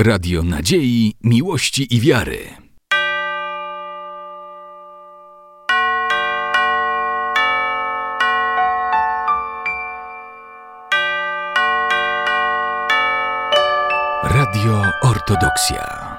Radio nadziei, miłości i wiary. Radio Ortodoksja.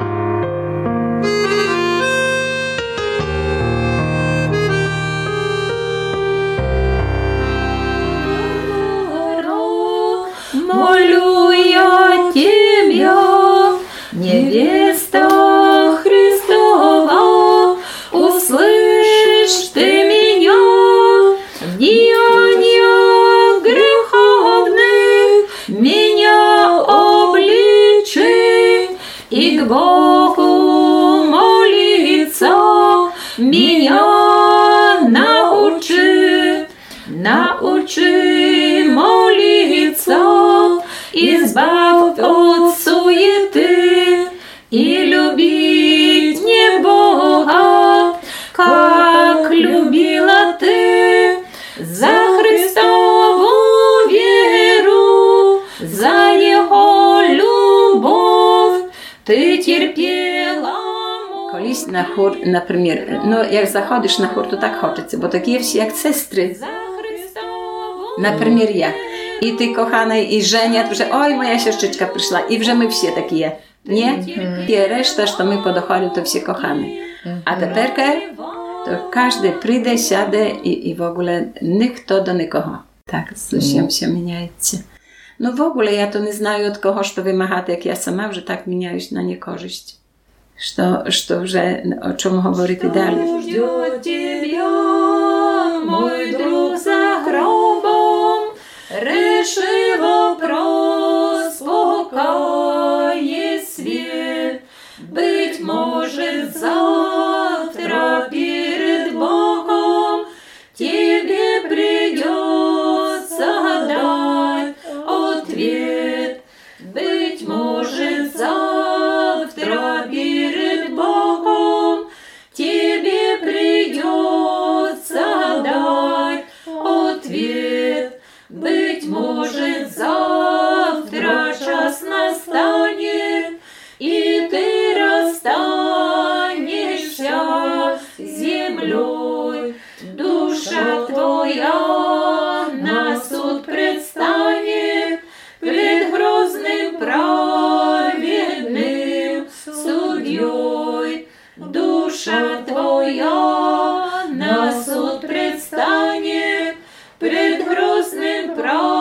Молю я Тебя, невеста Христова, услышь Ты меня в деяниях греховных, меня обличи и к Богу молиться, меня научи молиться. Избавь от суеты и любить не Бога, как любила Ты, за Христову веру, за Его любовь Ты терпела. Колись на chór, например, jak zachodzisz na chór, to tak хочеться, bo takie wsi jak sestry, например, ja. I ty kochane, i Żenia, że oj, moja siostrzyczka przyszła i że my wsie takie je. Nie? I reszta, że my podochali, to wsie kochane. A teperka, to każdy przyjdzie, siadę i w ogóle ніхто do nikogo. Tak, z Zusiem się міняється. No w ogóle ja to nie знаю od kogoś to wymagати, jak ja sama, że tak міняюсь na niekorzyść. Że o czym mówić dalej. Mój друг за гробом, реши вопрос, пока есть свет. Быть может, завтра перед Богом тебе придется дать ответ. Быть может, завтра перед Богом тебе придется дать ответ. Быть может, завтра час настанет, и ты расстанешься с землей. Душа твоя на суд предстанет пред грозным праведным судьей. Душа твоя на суд предстанет пред грозным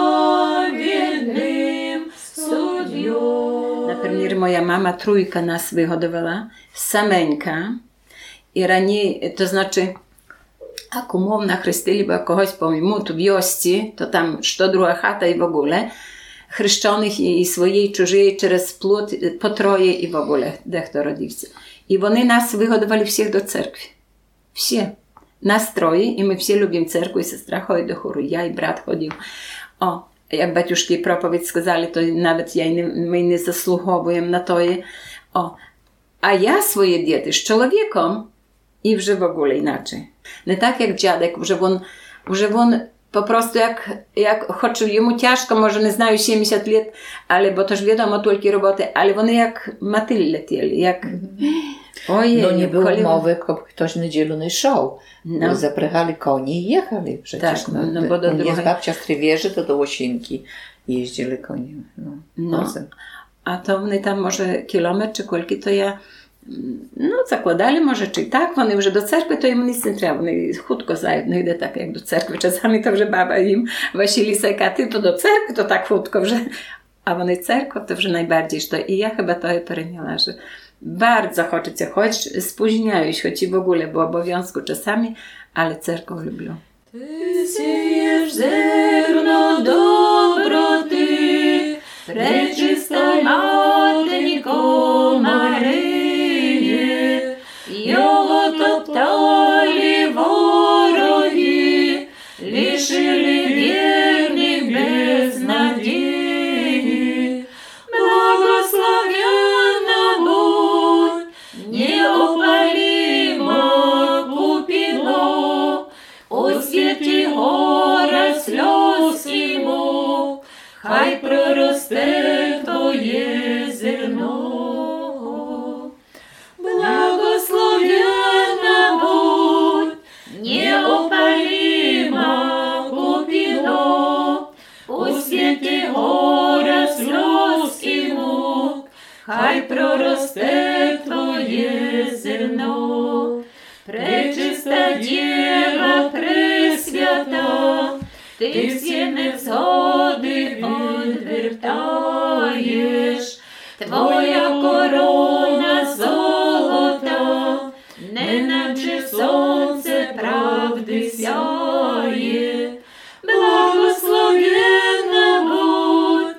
праведным судьей. Например, moja mama trójka nas wyhodowała, sameńka. I raniej, to znaczy, jak umowna chrystyli, bo kogoś pomimo tu wiości, to tam co druga chata i w ogóle, chrzczonych i swojej, czużyjej, przez płód, po troje i w ogóle, dechto rodzice. I oni nas wyhodowali всех do cerkwi. Wsie. Nas troje i my wsie lubimy cerkwu i sestra chodzi do chóru. Ja i brat chodził. O, jak baciuszki propowiedź skazali, to nawet my nie zasłuchowujemy na to. O, a ja swoje diety z człowiekiem i вже w ogóle inaczej. Nie tak jak dziadek, że on po prostu jak choć jemu ciężko, może nie znają 70 lat, ale bo też wiadomo tylko roboty, ale one jak matyli lecieli, jak... Ojej, no nie było mowy, ktoś niedzielu nie szał. No. Zaprychali koni i jechali przecież. Tak, no bo do drugiej... babcia w Trywerze, to do Łosinki jeździli koniem. No. A to one tam może kilometr czy kolki, to ja zakładali może, czy tak, one już do cerkwy, to im nic nie trzeba, one chutko zajdą, idę tak jak do cerkwy, czasami to, że baba im Wasili Sekaty, to do cerkwy, to tak chutko, że a one cerkwa, to że najbardziej, to i ja chyba to peryniala, że bardzo хочеться, choć spóźniają się, choć i w ogóle, bo obowiązku czasami, ale cerkву lubią. Ty siejesz zerno dobroty, preczystej Matko Maryje, Його топтали вороги, лишили вірних без надії. Благословенна будь, неопалимо купидно, освіти гора сльоз і мук, хай проросте твоє хай проросте Твоє зерно. Пречиста Дєва, пресвята, Ти всі невзгоди одвертаєш. Твоя корона золота, неначе сонце правди сяє. Благословенна будь,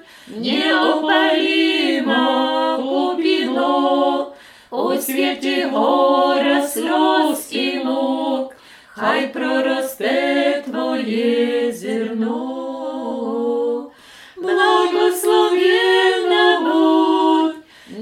неопалима купино, у світі гора сльоз і мук, хай проросте Твоє зерно. Благословенна будь,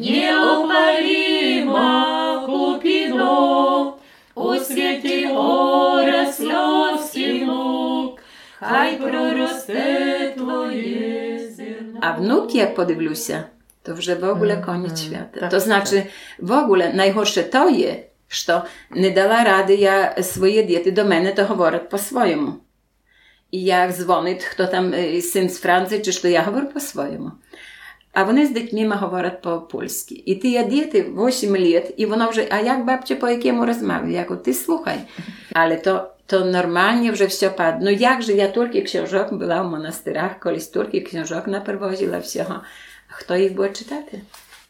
неопалима купино, у світі гора сльоз і мук, хай проросте Твоє зерно. A wnuki, jak podywluся, to вже w ogóle koniec świata. To znaczy, w ogóle najgorsze to je, що не дала ради я свої діти до мене, то говорять по-своєму. І як дзвонить, хто там, син з Франції, чи що я говорю по-своєму. А вони з дітьми говорять по-польськи. І ті діти 8 літ, і воно вже, а як бабця по якому розмовляє? Я кажу, ти слухай. Але то нормально вже все падає. Ну як же я тільки książок була в монастирах, колись тільки książок напривозила всього. Хто їх буде читати?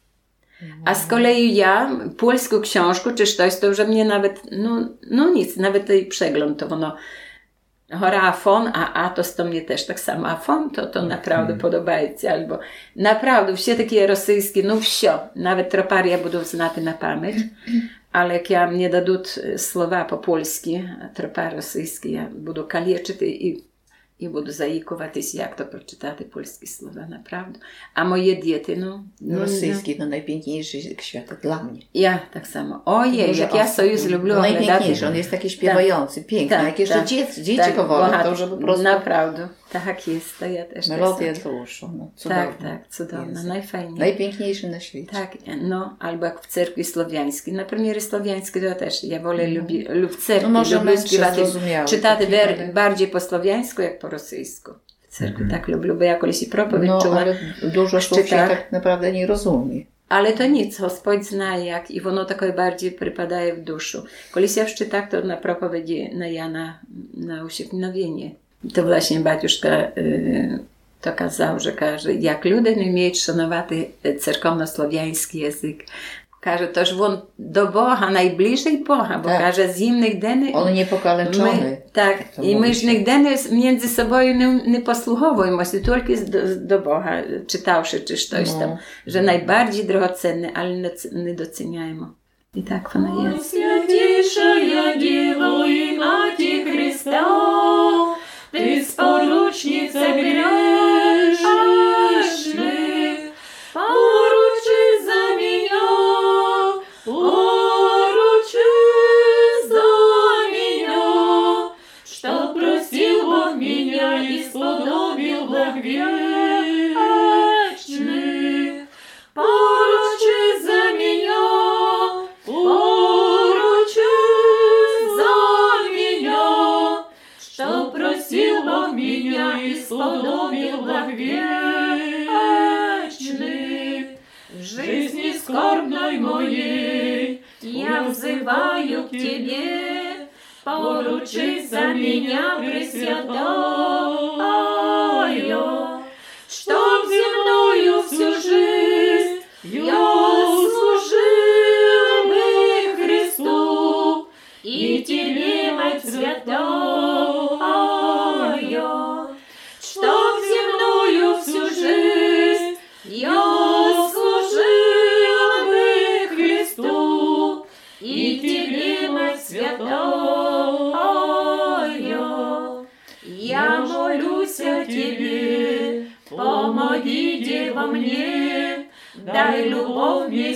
A z kolei ja polską książkę czy coś, to już mnie nawet, no nic, nawet tej przegląd, to ono chora afon, a to z to mnie też tak samo afon, to naprawdę podobaється, albo naprawdę, wszystkie takie rosyjskie, no wsio, nawet troparia będą znate na pamięć, ale jak ja mnie dadzą słowa po polski, tropa rosyjskie, ja będę kaleczyć i буду заїкуватись, як то прочитати польські слова, направду. А мої діти, Rosyjski to najpiękniejszy świat dla mnie. Ja tak samo. Ojej, jak ja Sojusz lubię oglądać. Najpiękniejszy, on jest taki śpiewający, piękny. Jak jeszcze dzieci говорят, to żeby po prostu... Naprawdę, tak jest, to ja też Melodia do uszu, cudowna. Tak, cudowna, najfajniej. Najpiękniejszy na świecie. Tak, albo jak w cerkwi słowiańskiej. Na premiery słowiańskie to też, ja wolę lubię w cerkwi, lubię śpiewać, czytać bardziej po słowiańsku, jak po rosyjsku. W cerkwi tak lubię, bo ja kiedyś i propowiedź czuła. Ale dużo słów się tak naprawdę nie rozumie. Ale to nic, Господь знає jak i ono takie bardziej przypadaje w duszę. Kiedyś ja w szczytach to na propowiedzi na Jana na usiednowienie. To właśnie baciuszka to kazał, że każe, jak ludzie nie umieją szanować cerkowno-słowiański język, każe, to już on do Boga, najbliżej Boga, bo każe z innych deny... On niepokaleczony. Tak, i my z innych deny między sobą nie posłuchowujemy, tylko do Boga, czytałszy czy coś tam, że najbardziej drogocenny, ale nie doceniajmy. I tak ona jest. Святейшая Дева и Мати Христа, Ты споручница грешных, поручи за меня, поручи за меня, что простил Бог меня и сподобил благ вечных. Поручи за меня, поручи за меня, что просил Бог меня и сподобил благ вечных. В жизни скорбной моей я взываю к Тебе, поручи за меня, Пресвятая, чтоб земною всю жизнь я служил бы Христу и Тебе, Мать Святая, чтоб земною всю жизнь я служил бы Христу и Тебе, Мать Святая. Я молюсь о Тебе, помоги, Дева, мне, дай любовь мне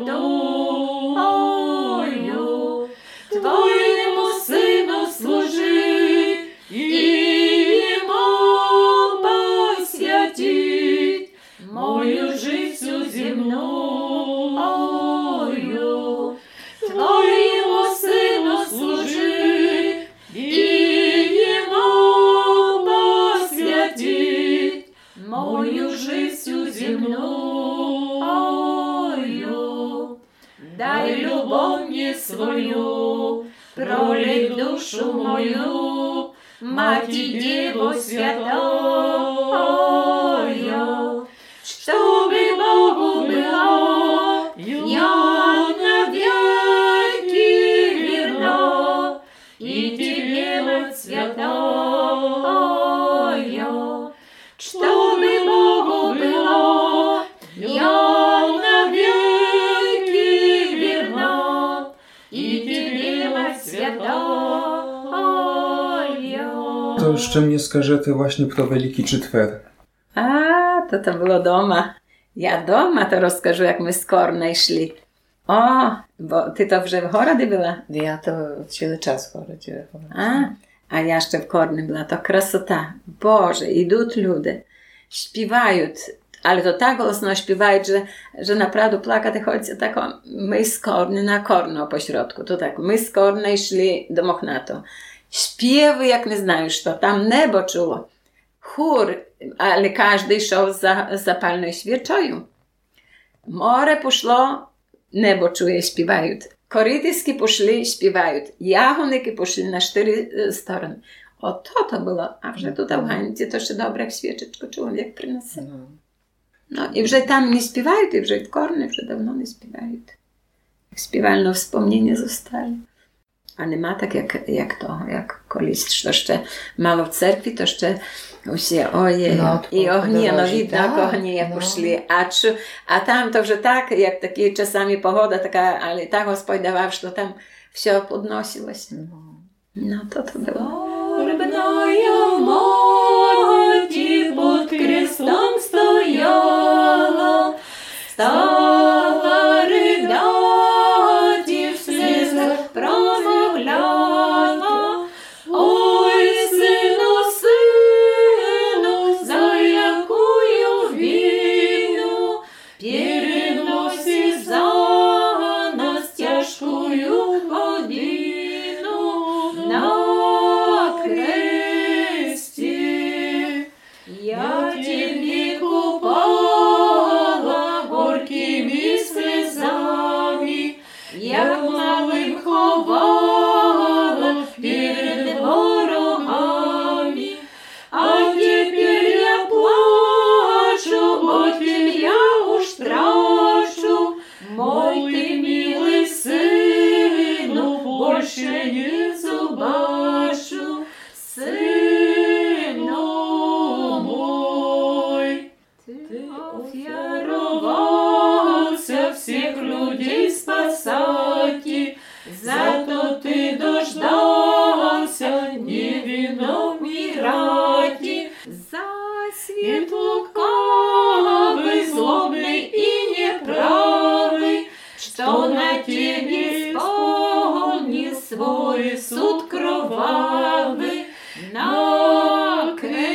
святую, Твоему Сыну служить и Ему посвятить мою жизнь всю земную. Твоему Сыну служить и Ему посвятить мою жизнь всю земную. свою, пролей душу мою, Мати Деву Святою, чтобы Богу было я навеки верна, и Тебе, Мать Святою, чтобы Богу было я навеки верна, и Тебе, Мать Святою. To jeszcze mnie skażety właśnie pro Wielki Четвер. A, to było doma. Ja doma to rozkażu, jak my z Kornej szli. O, bo ty to вже в городі була? Я то цілий час в городі. A ja jeszcze w Korny była. To krasota. Boże, idą ludzie, śpiewają, ale to tak głośno śpiewają, że naprawdę plakać chodzi taką, my z Korny na Korno po środku. To tak, my z Kornej szli do Mохнатого. Śpiewy, jak nie znają, що tam niebo czuło. Chór, ale każdy йшов z zapalną świeczą. Море пошло, небо чує, śpiewaють. Коритиськи пішли, śpiewaють. Ягодники пішли на 4 сторони. Ото то було. А вже тут в Ганці, то ще добре, як свічечку чоловік принесе. Ну, і вже там не співають, і вже в Корні вже давно не співають. Співальне wspomnienie zostali. A nie ma tak jak колись, що ще мало в церкві, то ще усі, ojej, i ognie, no widno, ognie poszli. A tam to, że tak, jak takie czasami pogoda taka, ale tak Господь давав, що там все podnosiłось. No to było. Скорбная мать под крестом стояла, стала рыдать и в слезах промовляла. Ой, сину, сину, за якую вину переносишь за нас тяжкую годину на кресте. Я тебе купала горькими слезами, як малим ховала перед ворогами. А теперь я плачу, бо тебя уж трачу, мой ты милый сыну, больше не зубашу. Сыну мой, ты офиаровался всех людей спасать, зато ты дождался невинно умирать. За свет лукавый, злобный и неправый, что на тебе исполнил свой суд кровавый на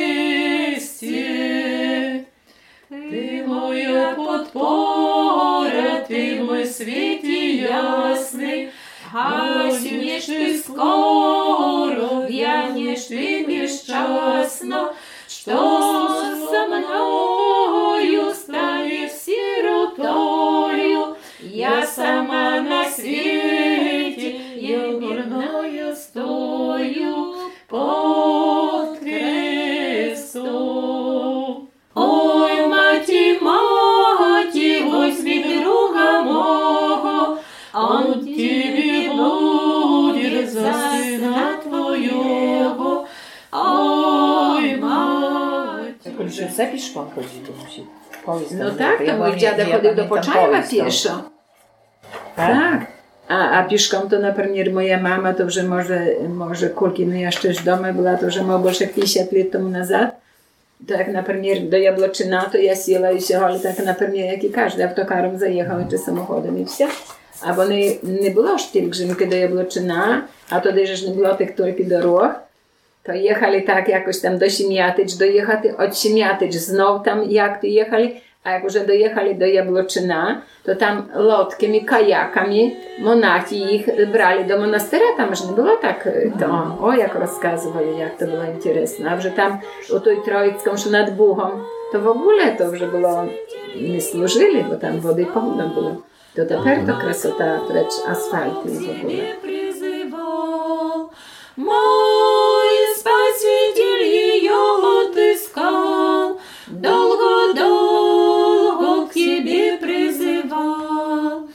кресте. Ты моя подпора, ты мой свет ясный, гаснешь ты скоро, вянешь ты бесчастно, что со мною станешь сиротою. Я сама на свете, я дурною стою под крестом. Ой, мати, мати, возьми друга мого, он тебе будет за сына твоего. Ой, мати. Tylko, że za piszką chodzi, to musi powiedz. No tak, to mój dziadek chodził do Почаєва pieszo. Tak. A pieszką to na przykład moja mama, to że może kulki, no ja jeszcze z domu była, to że ma больше 50 lat temu nazad. To jak na przykład do Jabłoczyna, to ja сіла і всього, але так, наприклад, як і кожен, автокаром заїхав чи самоходом і все. Або не було ж pielgrzymki do Jabłoczyna, a тоді ж не було тих тільки дорог. To jechali tak jakoś tam do Siemiatycz, dojechali od Siemiatycz, znów tam jak to jechali, a jak już dojechali do Jabłoczyna, to tam lodkami, kajakami monachi ich brali do monastyrza, tam już nie było tak to, o jak rozkazywali, jak to było interesne, a że tam u tej Troicką, że nad Buchą, to w ogóle to już było, nie służyli, bo tam wody pełno było. To тепер to красота, precz asfaltu i w ogóle. Мой Спаситель ее отыскал, долго-долго к тебе призывал.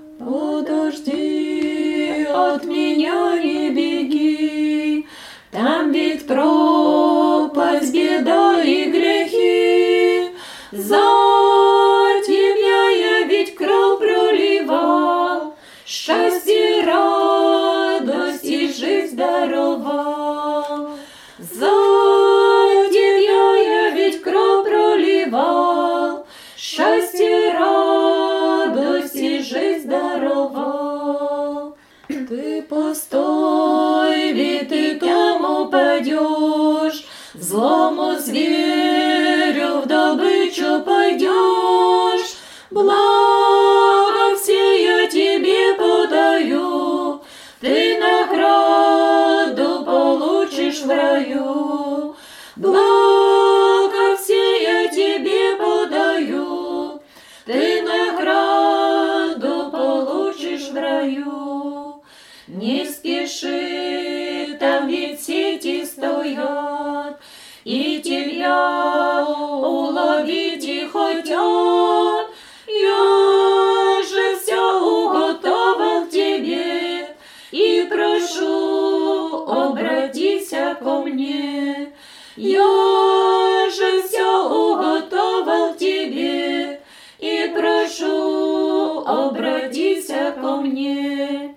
Подожди, от меня не беги, там ведь пропасть, беда и грехи. За тебя я ведь кровь проливал, счастье, радость и жизнь даровал. За тебя я ведь кровь проливал, счастье, радость и жизнь даровал. Ты постой, ведь ты там упадешь, злому зверю в добычу пойдешь. Благо все я тебе подаю, ты награду получишь в раю. Благо все я тебе подаю, ты награду получишь в раю. Не спеши, там ведь сети стоят, и тебя уловить и хотят. Я же все уготовал тебе, и прошу, обратись ко мне. Я же все уготовал тебе, и прошу, обратись ко мне.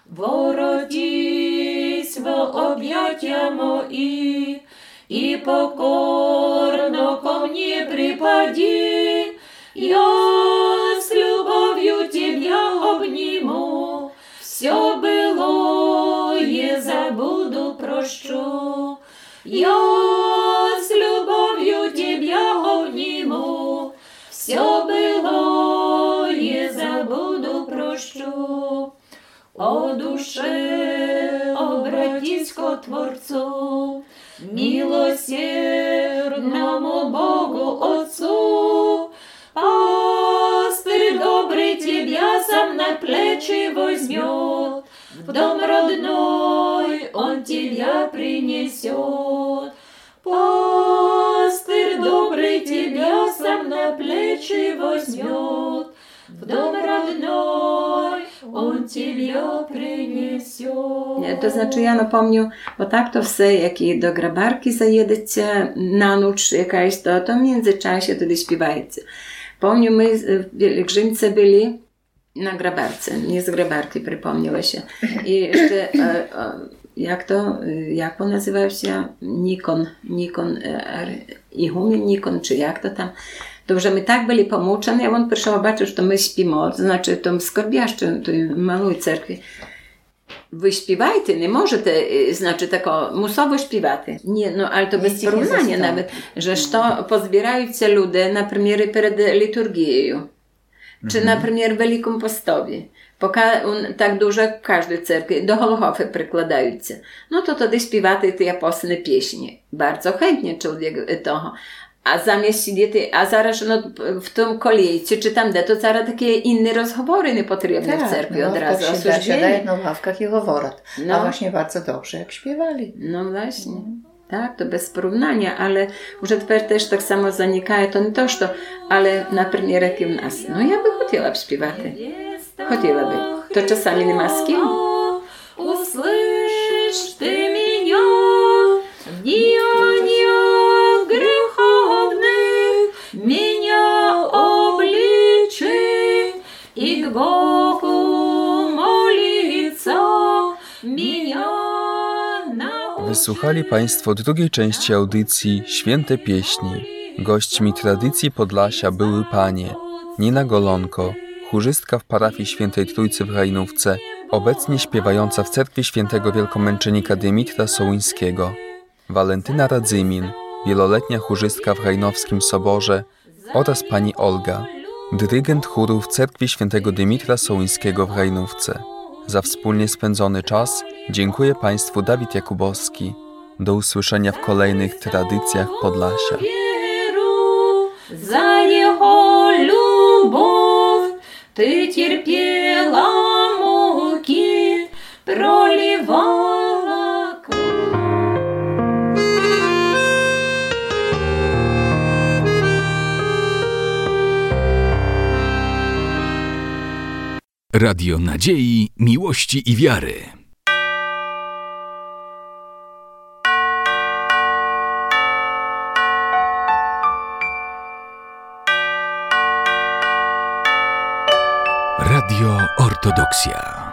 Воротись в объятия мои, и покорно ко мне припади. Я с любовью тебя обниму, все былое забуду, прощу. Я с любовью тебя обниму, все былое забуду, прощу. О душе, обратись ко Творцу, милосердному Богу Отцу. Пастырь добрый тебя сам на плечи возьмет, в дом родной он тебя принесет. Пастырь добрый тебя сам на плечи возьмет, в дом родной on тебя принесет. To znaczy ja napomniu, bo tak to все, jak i do grabarki zajedziecie na noc jakaś, to w międzyczasie wtedy śpiewajcie. Pomnю, my w pielgrzymce byli na grabarce, nie z grabarki, przypomniało się. I jeszcze, jak on nazywał się? Nikon, Ihumien Nikon, czy jak to tam? To вже ми так були помучені, а він прийшов, бачив, що ми спимо. Значить, в тому скорбяще, той малої церкві. Ви співайте, не можете, значить, тако, мусово співати. Ні, ну, але то без порівняння навіть, що позбираються люди, наприклад, перед літургією, чи, наприклад, в Великому Постові. Поки так дуже в кожній церкві до Голгофи прикладаються. Ну, то тоді співати ті апостольні пісні. Bardzo chętnie człowiek того. A zamiast siedzieć, a zaraz w tym kolejce, czy tam де, to zaraz takie inne rozmowy niepotrzebne w cerkwi od razu. Tak, siadają na ławkach i говорят. No. A właśnie bardzo dobrze, jak śpiewali. No właśnie. Tak, to bez porównania, ale już teraz też tak samo zanikaje, to nie to, że ale na przykład jak u nas. No ja by chciała śpiewać. Chciałaby. To czasami nie ma z kim. Услышь ты меня, меня обличи и к Богу молиться, меня научи. Wysłuchali Państwo drugiej części audycji Święte Pieśni. Gośćmi tradycji Podlasia były panie Nina Golonko, chórzystka w parafii Świętej Trójcy w Hajnówce, obecnie śpiewająca w cerkwi Świętego Wielkomęczennika Dymitra Sołyńskiego, Walentyna Radzymin, wieloletnia chórzystka w Hajnowskim Soborze, oraz pani Olga, dyrygent chóru w cerkwi Świętego Dymitra Sołyńskiego w Hajnówce. Za wspólnie spędzony czas dziękuję Państwu Dawid Jakubowski. Do usłyszenia w kolejnych tradycjach Podlasia. За Его любовь Ty cierpiela muki, проливала кровь. Radio Nadziei, Miłości i Wiary. Radio Ortodoksja.